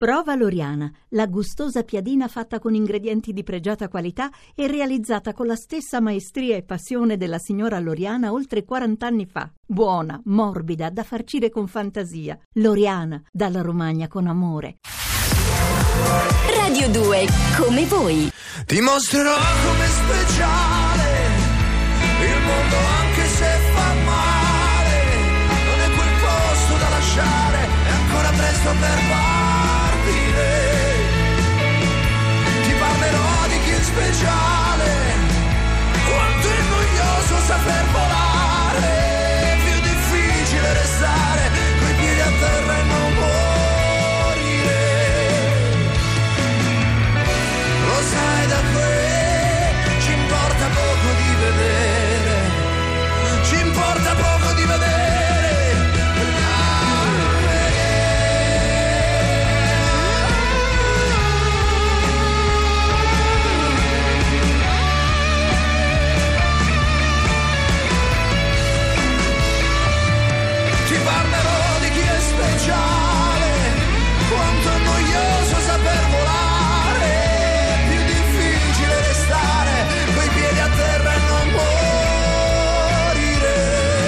Prova Loriana, la gustosa piadina fatta con ingredienti di pregiata qualità e realizzata con la stessa maestria e passione della signora Loriana oltre 40 anni fa. Buona, morbida, da farcire con fantasia. Loriana, dalla Romagna con amore. Radio 2, come voi. Ti mostrerò come speciale il mondo anche se fa male. Non è quel posto da lasciare, è ancora presto per partire. Ti parlerò di chi è speciale, quanto è noioso saper volare. È più difficile restare coi piedi a terra e non morire. Lo sai da qui, ci importa poco di vedere, ci importa poco di vedere. Ti parlerò di chi è speciale, quanto è noioso saper volare. È più difficile restare coi piedi a terra e non morire.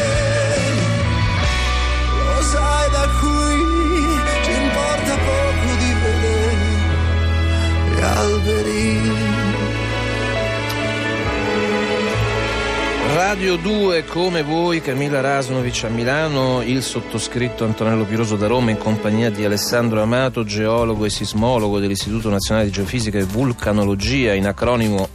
Lo sai da qui, ci importa poco di vedere gli alberi. Radio 2, come voi, Camilla Rasnovic a Milano, il sottoscritto Antonello Piroso da Roma in compagnia di Alessandro Amato, geologo e sismologo dell'Istituto Nazionale di Geofisica e Vulcanologia, in acronimo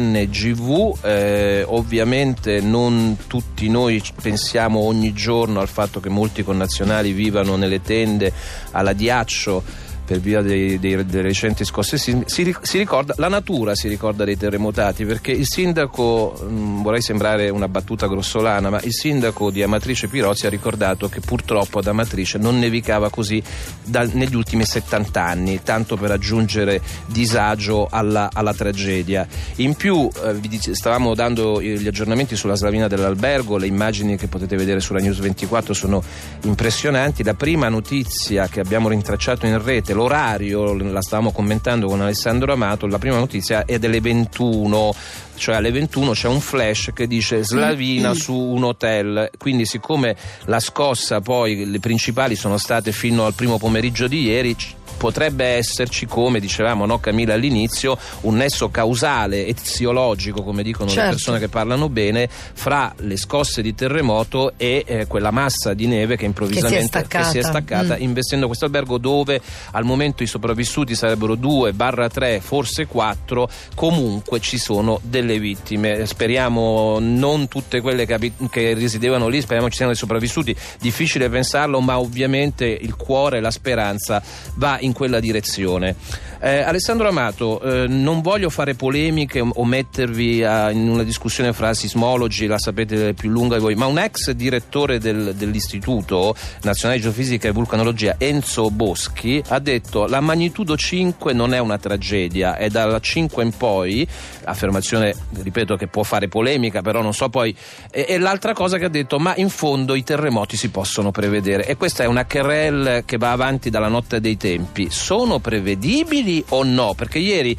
INGV. Ovviamente non tutti noi pensiamo ogni giorno al fatto che molti connazionali vivano nelle tende all'addiaccio per via delle recenti scosse. Si ricorda, la natura si ricorda dei terremotati, perché il sindaco, vorrei sembrare una battuta grossolana, ma il sindaco di Amatrice Pirozzi ha ricordato che purtroppo ad Amatrice non nevicava così negli ultimi 70 anni, tanto per aggiungere disagio alla tragedia. In più stavamo dando gli aggiornamenti sulla slavina dell'albergo, le immagini che potete vedere sulla News 24 sono impressionanti. La prima notizia che abbiamo rintracciato in rete, l'orario, la stavamo commentando con Alessandro Amato, la prima notizia è delle 21, cioè alle 21 c'è un flash che dice slavina su un hotel, quindi siccome la scossa poi le principali sono state fino al primo pomeriggio di ieri, potrebbe esserci, come dicevamo, no, Camilla, all'inizio, un nesso causale, eziologico, come dicono le persone che parlano bene, fra le scosse di terremoto e quella massa di neve che improvvisamente si è staccata investendo questo albergo, dove al momento i sopravvissuti sarebbero 2-3, forse 4, comunque ci sono delle vittime. Speriamo non tutte quelle che risiedevano lì, speriamo ci siano dei sopravvissuti, difficile pensarlo, ma ovviamente il cuore e la speranza va in quella direzione. Alessandro Amato, non voglio fare polemiche o mettervi in una discussione fra sismologi, la sapete più lunga di voi, ma un ex direttore dell'Istituto Nazionale di Geofisica e Vulcanologia, Enzo Boschi, ha detto: la magnitudo 5 non è una tragedia, è dalla 5 in poi, affermazione, ripeto, che può fare polemica, però non so poi, e l'altra cosa che ha detto: ma in fondo i terremoti si possono prevedere, e questa è una querelle che va avanti dalla notte dei tempi. Sono prevedibili o no? Perché ieri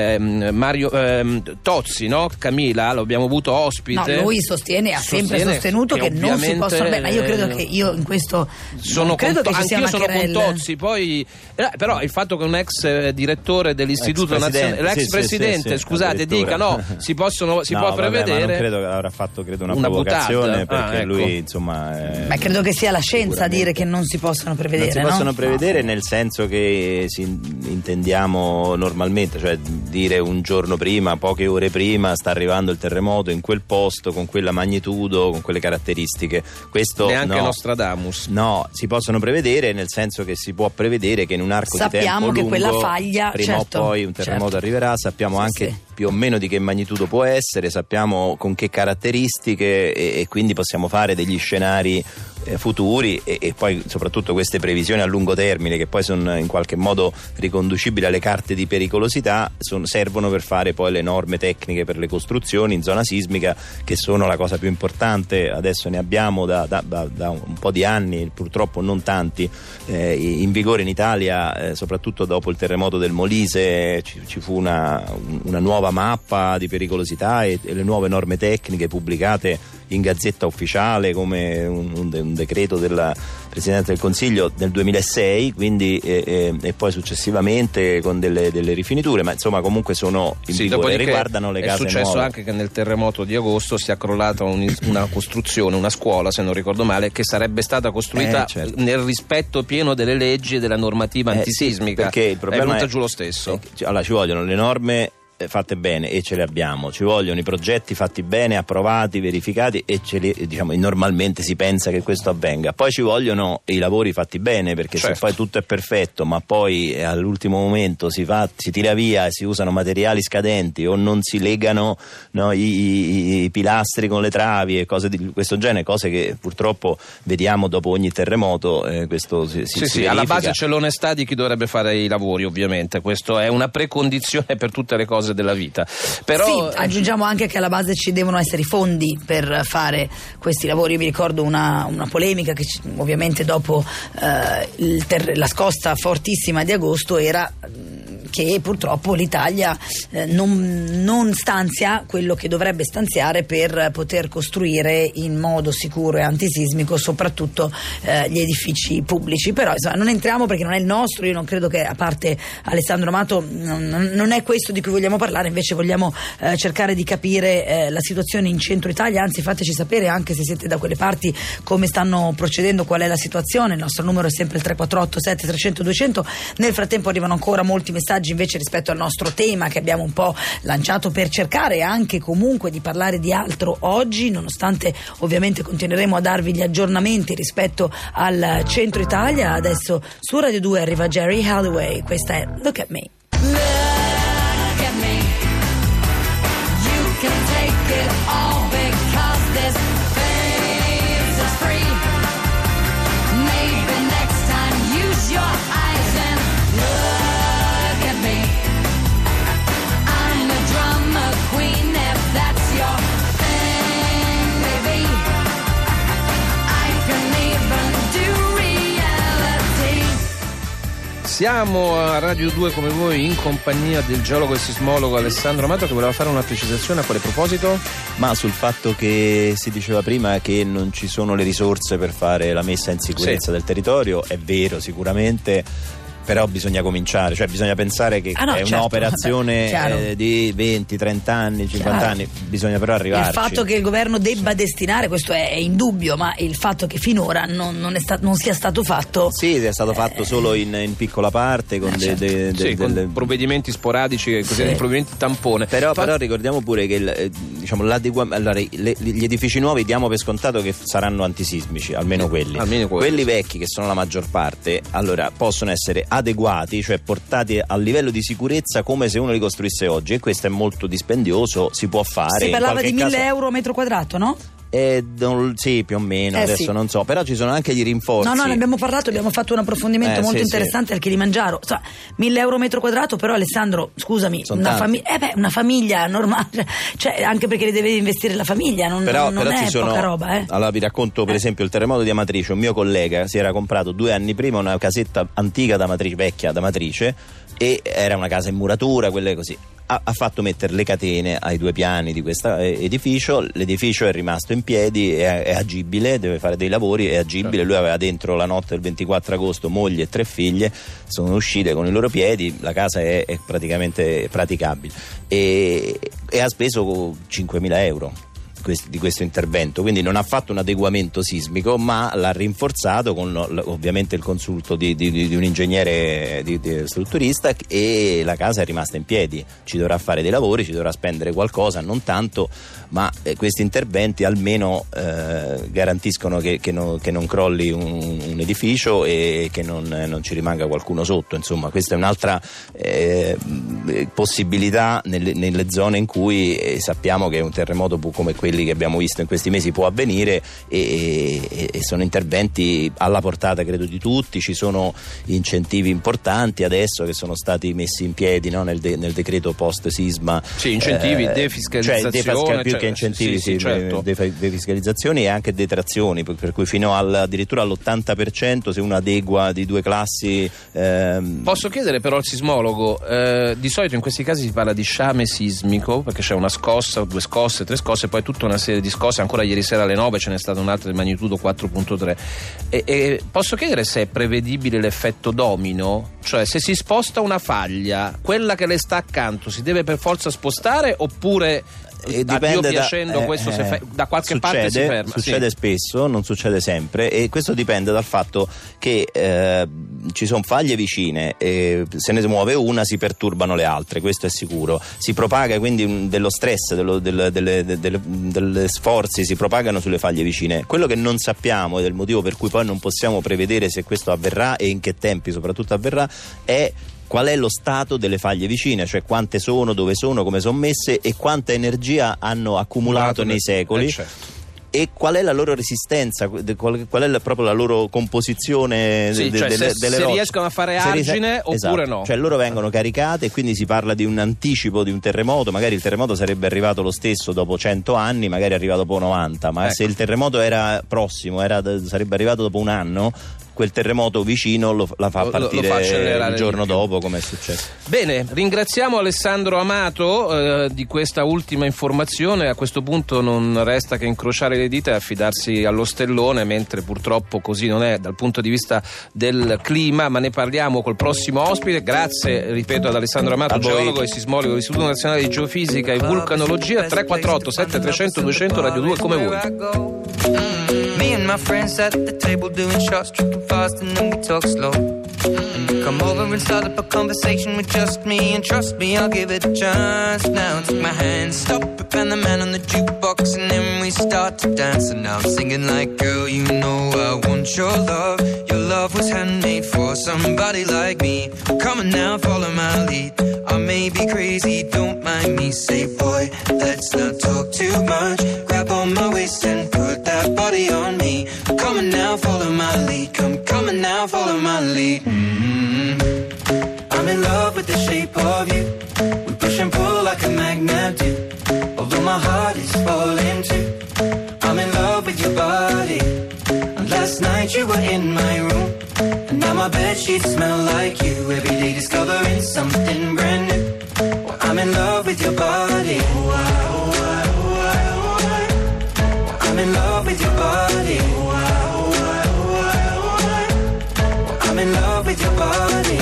Mario Tozzi, no, Camilla, l'abbiamo avuto ospite. No, lui ha sempre sostenuto che non si possono. Ma io credo che in questo credo che ci sia una querella. Con Tozzi, poi però il fatto che un ex direttore dell'Istituto Nazionale, l'ex presidente, scusate, dica no, si può prevedere. Ma non credo che avrà fatto una provocazione, perché ecco. Lui insomma ma credo che sia la scienza a dire che non si possono prevedere. Non si possono prevedere, nel senso che intendiamo normalmente, cioè dire un giorno prima, poche ore prima sta arrivando il terremoto in quel posto, con quella magnitudo, con quelle caratteristiche. Questo neanche Nostradamus. No, si possono prevedere, nel senso che si può prevedere che in un arco di tempo lungo, che quella faglia prima o poi un terremoto arriverà, sappiamo anche più o meno di che magnitudo può essere, sappiamo con che caratteristiche, e quindi possiamo fare degli scenari futuri e poi soprattutto queste previsioni a lungo termine, che poi sono in qualche modo riconducibili alle carte di pericolosità, servono per fare poi le norme tecniche per le costruzioni in zona sismica, che sono la cosa più importante. Adesso ne abbiamo da un po' di anni, purtroppo non tanti, in vigore in Italia, soprattutto dopo il terremoto del Molise ci fu una nuova mappa di pericolosità e le nuove norme tecniche pubblicate in Gazzetta Ufficiale come un decreto del Presidente del Consiglio nel 2006, quindi e poi successivamente con delle rifiniture, ma insomma comunque sono in vigore, riguardano le case nuove. È successo anche che nel terremoto di agosto sia crollata una costruzione, una scuola, se non ricordo male, che sarebbe stata costruita nel rispetto pieno delle leggi e della normativa antisismica, perché il problema è venuta giù lo stesso. Allora ci vogliono le norme fatte bene e ce le abbiamo, ci vogliono i progetti fatti bene, approvati, verificati e normalmente si pensa che questo avvenga, poi ci vogliono i lavori fatti bene, perché se poi tutto è perfetto ma poi all'ultimo momento si tira via e si usano materiali scadenti o non si legano i pilastri con le travi e cose di questo genere, cose che purtroppo vediamo dopo ogni terremoto, questo si verifica. Alla base c'è l'onestà di chi dovrebbe fare i lavori, ovviamente questo è una precondizione per tutte le cose della vita. Però sì, aggiungiamo anche che alla base ci devono essere i fondi per fare questi lavori. Io mi ricordo una polemica che ovviamente dopo la scossa fortissima di agosto era che purtroppo l'Italia non stanzia quello che dovrebbe stanziare per poter costruire in modo sicuro e antisismico soprattutto gli edifici pubblici. Però insomma, non entriamo perché non è il nostro, io non credo che, a parte Alessandro Amato, non è questo di cui vogliamo parlare, invece vogliamo cercare di capire la situazione in centro Italia, anzi fateci sapere anche se siete da quelle parti come stanno procedendo, qual è la situazione. Il nostro numero è sempre il 348 7300 200. Nel frattempo arrivano ancora molti messaggi invece rispetto al nostro tema che abbiamo un po' lanciato per cercare anche comunque di parlare di altro oggi, nonostante ovviamente continueremo a darvi gli aggiornamenti rispetto al centro Italia. Adesso su Radio 2 arriva Jerry Halliway, questa è Look at Me. Look at me. You can take it all because this face is free. Maybe next time use your eyes and look at me. I'm a drama queen if that's your thing, baby. I can even do reality. Siamo a Radio 2 come voi in compagnia del geologo e sismologo Alessandro Amato, che voleva fare una precisazione. A quale proposito? Ma sul fatto che si diceva prima che non ci sono le risorse per fare la messa in sicurezza del territorio, è vero sicuramente, però bisogna cominciare, cioè bisogna pensare che è un'operazione di 20, 30 anni, 50 anni, bisogna però arrivarci. Il fatto che il governo debba destinare, questo è indubbio, ma il fatto che finora non sia stato fatto. Sì, è stato fatto solo in piccola parte con con provvedimenti sporadici, così, provvedimenti tampone. Però ricordiamo pure che gli edifici nuovi diamo per scontato che saranno antisismici, almeno quelli. Quelli vecchi, che sono la maggior parte, allora possono essere adeguati, cioè portati a livello di sicurezza come se uno li costruisse oggi, e questo è molto dispendioso, si può fare. Si parlava di 1.000 euro metro quadrato, no? Sì, più o meno, adesso non so, però ci sono anche gli rinforzi. No, ne abbiamo parlato, abbiamo fatto un approfondimento molto interessante al Kilimangiaro. 1.000 euro metro quadrato, però Alessandro, scusami, una famiglia normale, cioè anche perché le deve investire la famiglia, non è poca roba. Allora vi racconto per esempio il terremoto di Amatrice. Un mio collega si era comprato 2 anni prima una casetta antica da Amatrice, vecchia da Amatrice, e era una casa in muratura, quelle così. Ha fatto mettere le catene ai 2 piani di questo edificio, l'edificio è rimasto in piedi, è agibile, deve fare dei lavori, è agibile. Lui aveva dentro la notte del 24 agosto moglie e 3 figlie, sono uscite con i loro piedi, la casa è praticamente praticabile, e ha speso 5.000 euro di questo intervento, quindi non ha fatto un adeguamento sismico, ma l'ha rinforzato con ovviamente il consulto di un ingegnere di strutturista, e la casa è rimasta in piedi. Ci dovrà fare dei lavori, ci dovrà spendere qualcosa, non tanto, ma questi interventi almeno garantiscono che non crolli un edificio e che non ci rimanga qualcuno sotto. Insomma, questa è un'altra possibilità nelle zone in cui sappiamo che un terremoto come quello quelli che abbiamo visto in questi mesi, può avvenire, e sono interventi alla portata credo di tutti. Ci sono incentivi importanti adesso che sono stati messi in piedi, no? nel decreto post sisma. Sì, incentivi, defiscalizzazione, più che incentivi, certo. Defiscalizzazioni e anche detrazioni, per cui fino addirittura all'80% se uno adegua di 2 classi. Posso chiedere però al sismologo, di solito in questi casi si parla di sciame sismico perché c'è una scossa, 2 scosse, 3 scosse, poi tutta una serie di scosse. Ancora ieri sera alle 9 ce n'è stata un'altra di magnitudo 4.3 e posso chiedere se è prevedibile l'effetto domino, cioè se si sposta una faglia, quella che le sta accanto si deve per forza spostare, oppure dipende piacendo questo da qualche parte si ferma? Succede spesso, non succede sempre, e questo dipende dal fatto che ci sono faglie vicine e se ne muove una si perturbano le altre, questo è sicuro. Si propaga quindi dello stress, delle sforzi si propagano sulle faglie vicine. Quello che non sappiamo, ed è il motivo per cui poi non possiamo prevedere se questo avverrà e in che tempi soprattutto avverrà, è qual è lo stato delle faglie vicine, cioè quante sono, dove sono, come sono messe e quanta energia hanno accumulato nei secoli. Certo. E qual è la loro resistenza, qual è proprio la loro composizione se riescono a fare argine oppure esatto. no. Cioè loro vengono caricate e quindi si parla di un anticipo di un terremoto. Magari il terremoto sarebbe arrivato lo stesso dopo 100 anni, magari è arrivato dopo 90, ma se il terremoto era prossimo, sarebbe arrivato dopo un anno, quel terremoto vicino la fa partire il giorno dopo, come è successo. Bene, ringraziamo Alessandro Amato di questa ultima informazione. A questo punto non resta che incrociare le dita e affidarsi allo stellone, mentre purtroppo così non è dal punto di vista del clima, ma ne parliamo col prossimo ospite. Grazie, ripeto, ad Alessandro Amato, geologo e sismologo dell'Istituto Nazionale di Geofisica e Vulcanologia. 348 7300 200 Radio 2 come voi. Me and my friends at the table doing shots, tripping fast and then we talk slow. And you come over and start up a conversation with just me, and trust me, I'll give it a chance. Now take my hand, stop it, and the man on the jukebox, and then we start to dance. And now I'm singing like, girl, you know I want your love. Your love was handmade for somebody like me. Come on now, follow my lead. I may be crazy, don't mind me. Say, boy, let's not talk too much. Grab on my waist and put that body on me. Come on now, follow my lead. Come on now, follow my lead. I'm in love with the shape of you. We push and pull like a magnet do. Although my heart is falling too. I'm in love with your body. And last night you were in my room. And now my bedsheets smell like you. Every day discovering something brand new. Well, I'm in love with your body. I'm in love with your body. I'm in love with your body.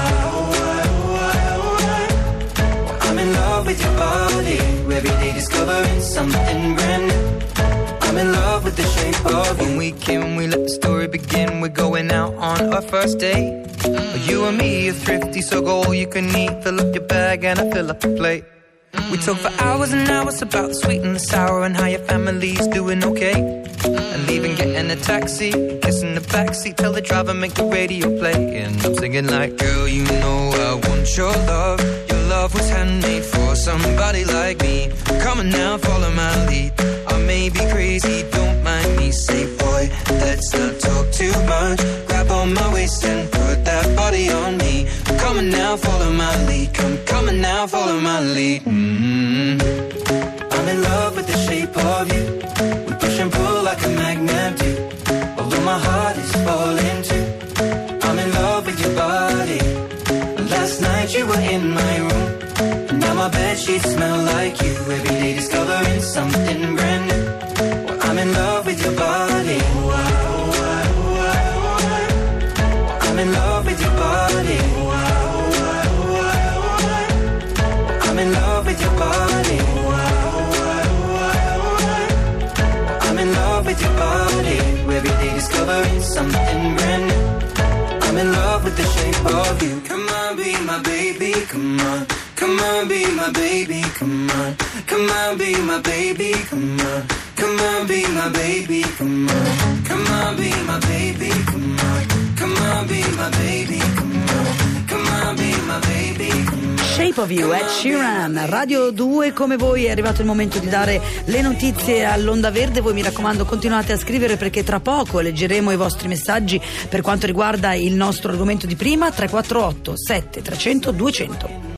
I'm in love with your body. Every day discovering something brand new. I'm in love with the shape of you. When we came, we let the story begin. We're going out on our first date. You and me are thrifty, so go all you can eat. Fill up your bag and I fill up the plate. We talk for hours and hours about the sweet and the sour and how your family's doing okay. And leaving, getting a taxi, kissing the backseat, tell the driver make the radio play. And I'm singing like, girl, you know I want your love. Your love was handmade for somebody like me. Come on now, follow my lead. I may be crazy, don't mind me. Say, boy, let's not talk too much. Grab on my waist and put that body on me. Come on now, follow my lead. Come on now, follow my lead. I'm in love with the shape of you. We push and pull like a magnet do. Although my heart is falling too. I'm in love with your body. Last night you were in my room. And now my bedsheets smell like you. Every day discovering something brand new. Well, I'm in love with your body. I'm in love with your body. I'm in love with your body. I'm in love with your body. Every day discovering something brand new. I'm in love with the shape of you. Come on, be my baby, come on. Come on, be my baby, come on. Come on, be my baby, come on. Come on, be my baby, come on. Come on, be my baby, come on. Come on, be my baby, come on. Shape of You, Ed Sheeran, Radio 2 come voi. È arrivato il momento di dare le notizie all'Onda Verde. Voi mi raccomando continuate a scrivere perché tra poco leggeremo i vostri messaggi per quanto riguarda il nostro argomento di prima. 348 7300 200.